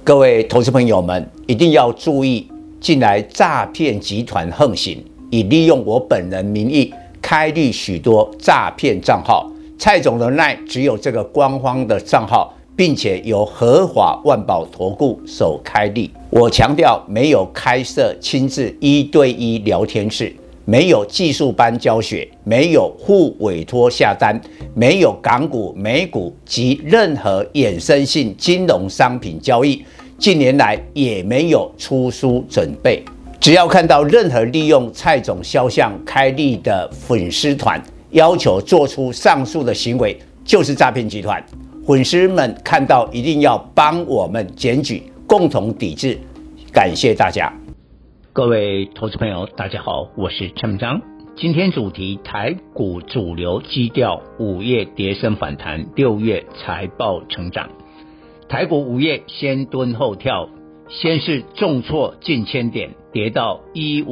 各位投资朋友们一定要注意，近来诈骗集团横行，已利用我本人名义开立许多诈骗账号。蔡总的赖只有这个官方的账号，并且由合法万宝投顾所开立。我强调，没有开设亲自1对1聊天室，没有技术班教学，没有互委托下单，没有港股、美股及任何衍生性金融商品交易。近年来也没有出书准备。只要看到任何利用蔡总肖像开立的粉丝团，要求做出上述的行为，就是诈骗集团。粉丝们看到一定要帮我们检举，共同抵制。感谢大家。 各位投资朋友大家好，我是陈章。今天主题，台股主流基调，5月跌升反弹，6月财报成长。台股5月先蹲后跳，先是重挫近1000点，跌到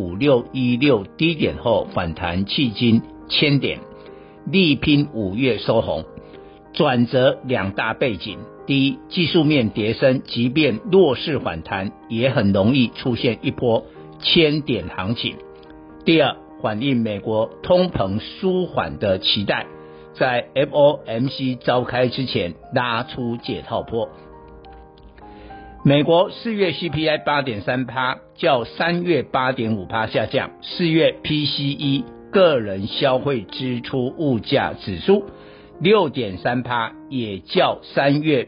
15616低点后反弹迄今1000点，力拼5月收红。转折两大背景，第一，技术面跌升，即便弱势反弹，也很容易出现一波1000点行情。第二，反映美国通膨舒缓的期待，在 FOMC 召开之前拉出解套波。美国4月 CPI 8.3%， 较3月 8.5% 下降。4月 PCE 个人消费支出物价指数 6.3%， 也较3月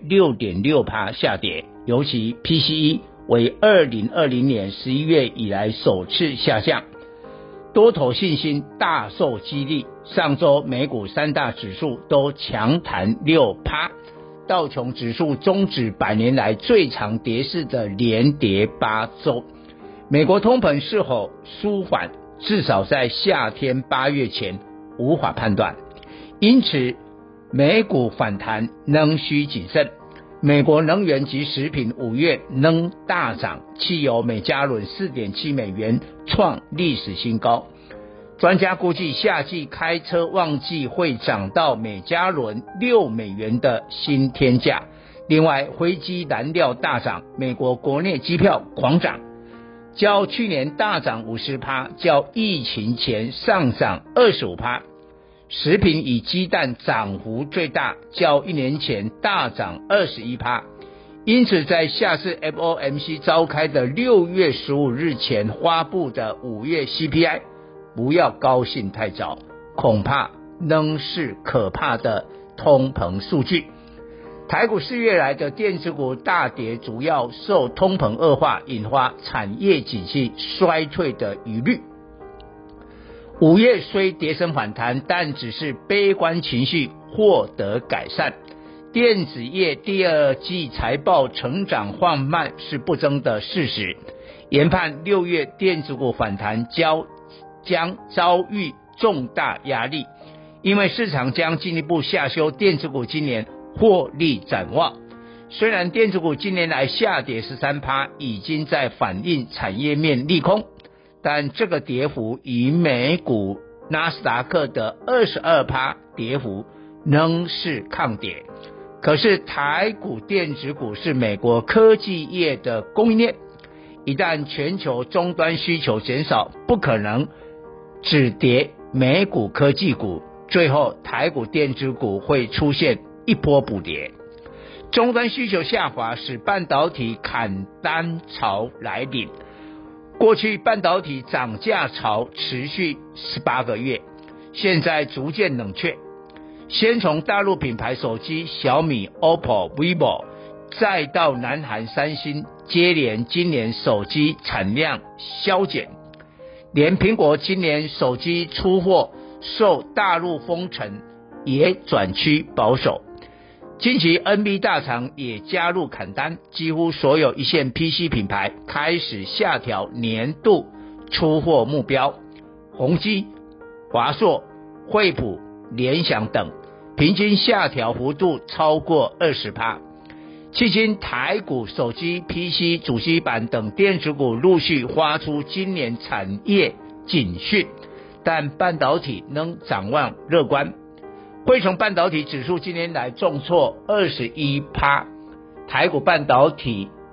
6.6% 下跌。尤其 PCE 为2020年11月以来首次下降，多头信心大受激励。上周美股三大指数都强弹 6%，道琼指数终止100年来最长跌势的连跌8周。美国通膨是否舒缓，至少在夏天8月前无法判断，因此美股反弹仍需谨慎。美国能源及食品5月仍大涨，汽油每加仑 4.7 美元创历史新高。专家估计夏季开车旺季会涨到每加仑6美元的新天价。另外，飞机燃料大涨，美国国内机票狂涨，较去年大涨 50%， 较疫情前上涨 25%。食品以鸡蛋涨幅最大，较1年前大涨 21%。因此，在下次 FOMC 召开的6月15日前发布的5月 CPI，不要高兴太早，恐怕仍是可怕的通膨数据。台股4月来的电子股大跌，主要受通膨恶化引发产业景气衰退的疑虑。5月虽跌升反弹，但只是悲观情绪获得改善。电子业第二季财报成长放慢是不争的事实，研判6月电子股反弹将遭遇重大压力，因为市场将进一步下修电子股今年获利展望。虽然电子股今年来下跌 13%， 已经在反映产业面利空，但这个跌幅与美股纳斯达克的 22% 跌幅仍是抗跌。可是台股电子股是美国科技业的供应链，一旦全球终端需求减少，不可能只跌美股科技股，最后台股电子股会出现一波补跌。终端需求下滑使半导体砍单潮来临，过去半导体涨价潮持续18个月，现在逐渐冷却。先从大陆品牌手机小米、OPPO、vivo， 再到南韩三星，接连今年手机产量削减，连苹果今年手机出货受大陆封城也转趋保守。近期 NB 大厂也加入砍单，几乎所有一线 PC 品牌开始下调年度出货目标，宏基、华硕、惠普、联想等平均下调幅度超过 20%。 迄今台股手机、PC、主机板等电子股陆续发出今年产业警讯，但半导体仍展望乐观。汇成半导体指数今年来重挫 21%， 台股半导体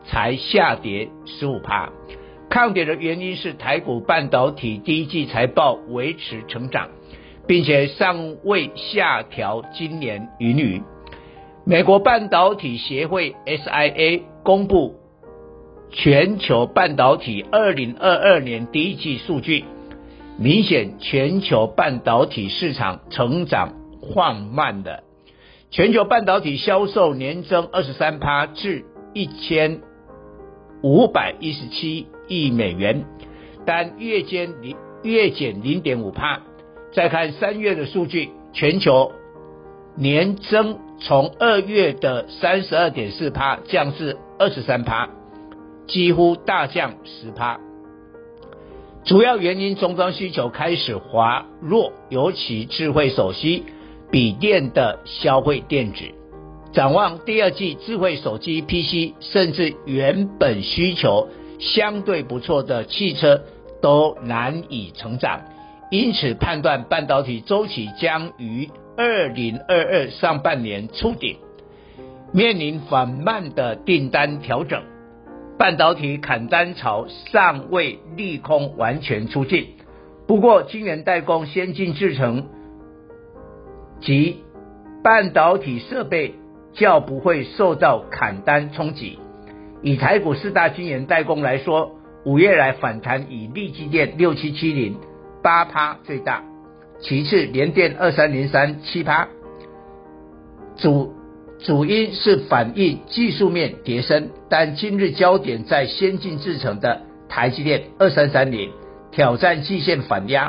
才下跌 15%。抗跌的原因是台股半导体第一季财报维持成长，并且尚未下调今年盈余。美国半导体协会 SIA 公布全球半导体2022年第一季数据，明显全球半导体市场成长缓慢的，全球半导体销售年增 23% 至1517亿美元，但月减 0.5%。再看3月的数据，全球年增从2月的 32.4% 降至 23%， 几乎大降 10%。主要原因终端需求开始滑落，尤其智慧手机、笔电的消费电子。展望第二季，智慧手机、PC 甚至原本需求相对不错的汽车都难以成长，因此判断半导体周期将于2022上半年触顶，面临缓慢的订单调整，半导体砍单潮尚未利空完全出尽。不过晶圆代工、先进制程及半导体设备较不会受到砍单冲击。以台股4大晶圆代工来说，5月来反弹以力积电6770 8% 最大，其次联电2303 7%。主因是反映技术面跌升，但今日焦点在先进制程的台积电2330挑战季线反压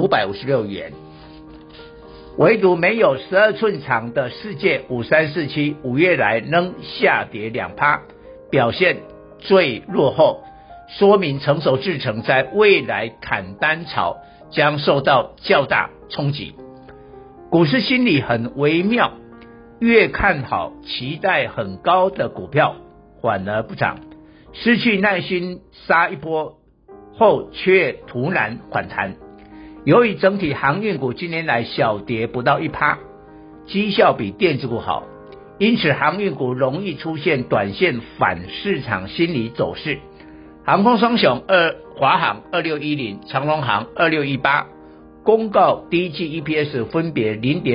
556元，唯独没有12寸长的世界5347 5月来仍下跌 2%， 表现最落后，说明成熟制程在未来砍单潮将受到较大冲击。股市心理很微妙，越看好期待很高的股票反而不涨，失去耐心杀一波后却突然反弹。由于整体航运股今年来小跌不到 1%， 绩效比电子股好，因此航运股容易出现短线反市场心理走势。航空双雄华航2610、长荣航2618公告第一季 EPS 分别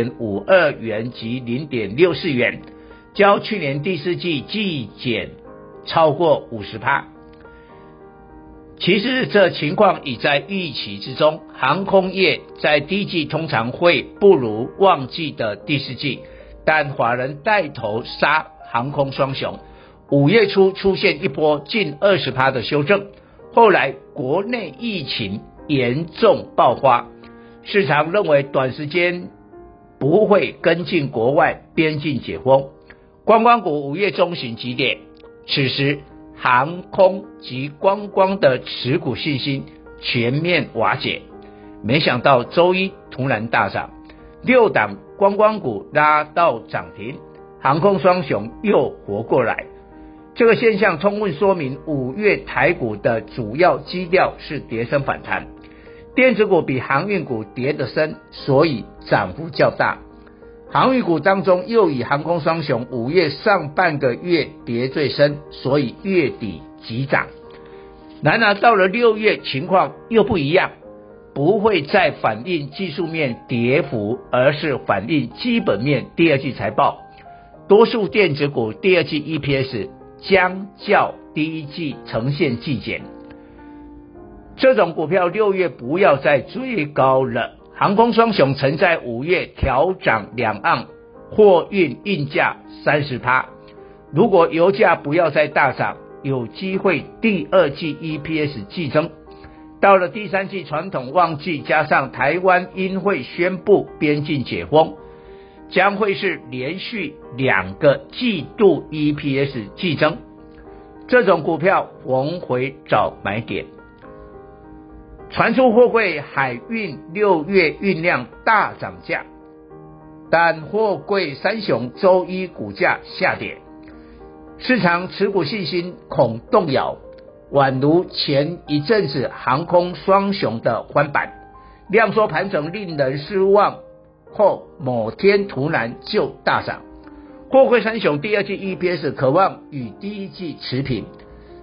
0.52 元及 0.64 元，较去年第四季季减超过 50%。其实这情况已在预期之中，航空业在第一季通常会不如旺季的第四季，但法人带头杀航空双雄，5月初出现一波近 20% 的修正，后来国内疫情严重爆发，市场认为短时间不会跟进国外边境解封，观光股5月中旬急跌，此时航空及观光的持股信心全面瓦解，没想到周一突然大涨，6档观光股拉到涨停，航空双雄又活过来。这个现象充分说明5月台股的主要基调是跌升反弹，电子股比航运股跌得深，所以涨幅较大。航运股当中又以航空双雄5月上半个月跌最深，所以月底急涨。然而到了6月情况又不一样，不会再反映技术面跌幅，而是反映基本面第二季财报。多数电子股第二季 EPS 将较第一季呈现季减，这种股票6月不要再追高了。航空双雄曾在5月调涨两岸货运运价 30%， 如果油价不要再大涨，有机会第二季 EPS 季增。到了第三季传统旺季，加上台湾因会宣布边境解封，将会是连续2个季度 EPS 季增，这种股票逢回找买点。传出货柜海运6月运量大涨价，但货柜三雄周一股价下跌，市场持股信心恐动摇，宛如前一阵子航空双雄的翻版，量缩盘整令人失望后某天突然就大涨。货柜三雄第二季 EPS 可望与第一季持平，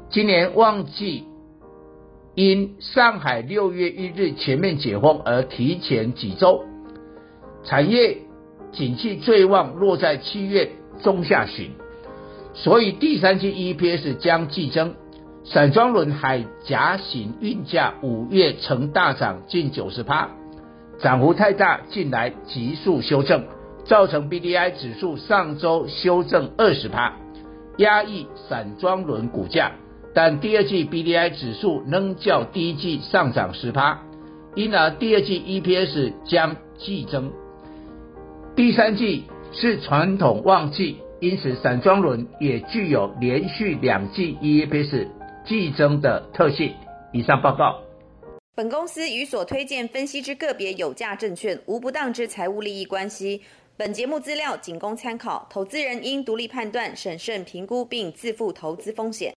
今年旺季因上海6月1日全面解封而提前几周，产业景气最旺落在7月中下旬，所以第三季 EPS 将季增。散装轮海甲型运价5月曾大涨近 90%， 涨幅太大，近来急速修正，造成 BDI 指数上周修正 20%， 压抑散装轮股价，但第二季 BDI 指数仍较第一季上涨 10%， 因而第二季 EPS 将季增。第三季是传统旺季，因此散装轮也具有连续2季 EPS 季增的特性。以上报告。 本公司与所推荐分析之个别有价证券无不当之财务利益关系。本节目资料仅供参考，投资人应独立判断、审慎评估并自负投资风险。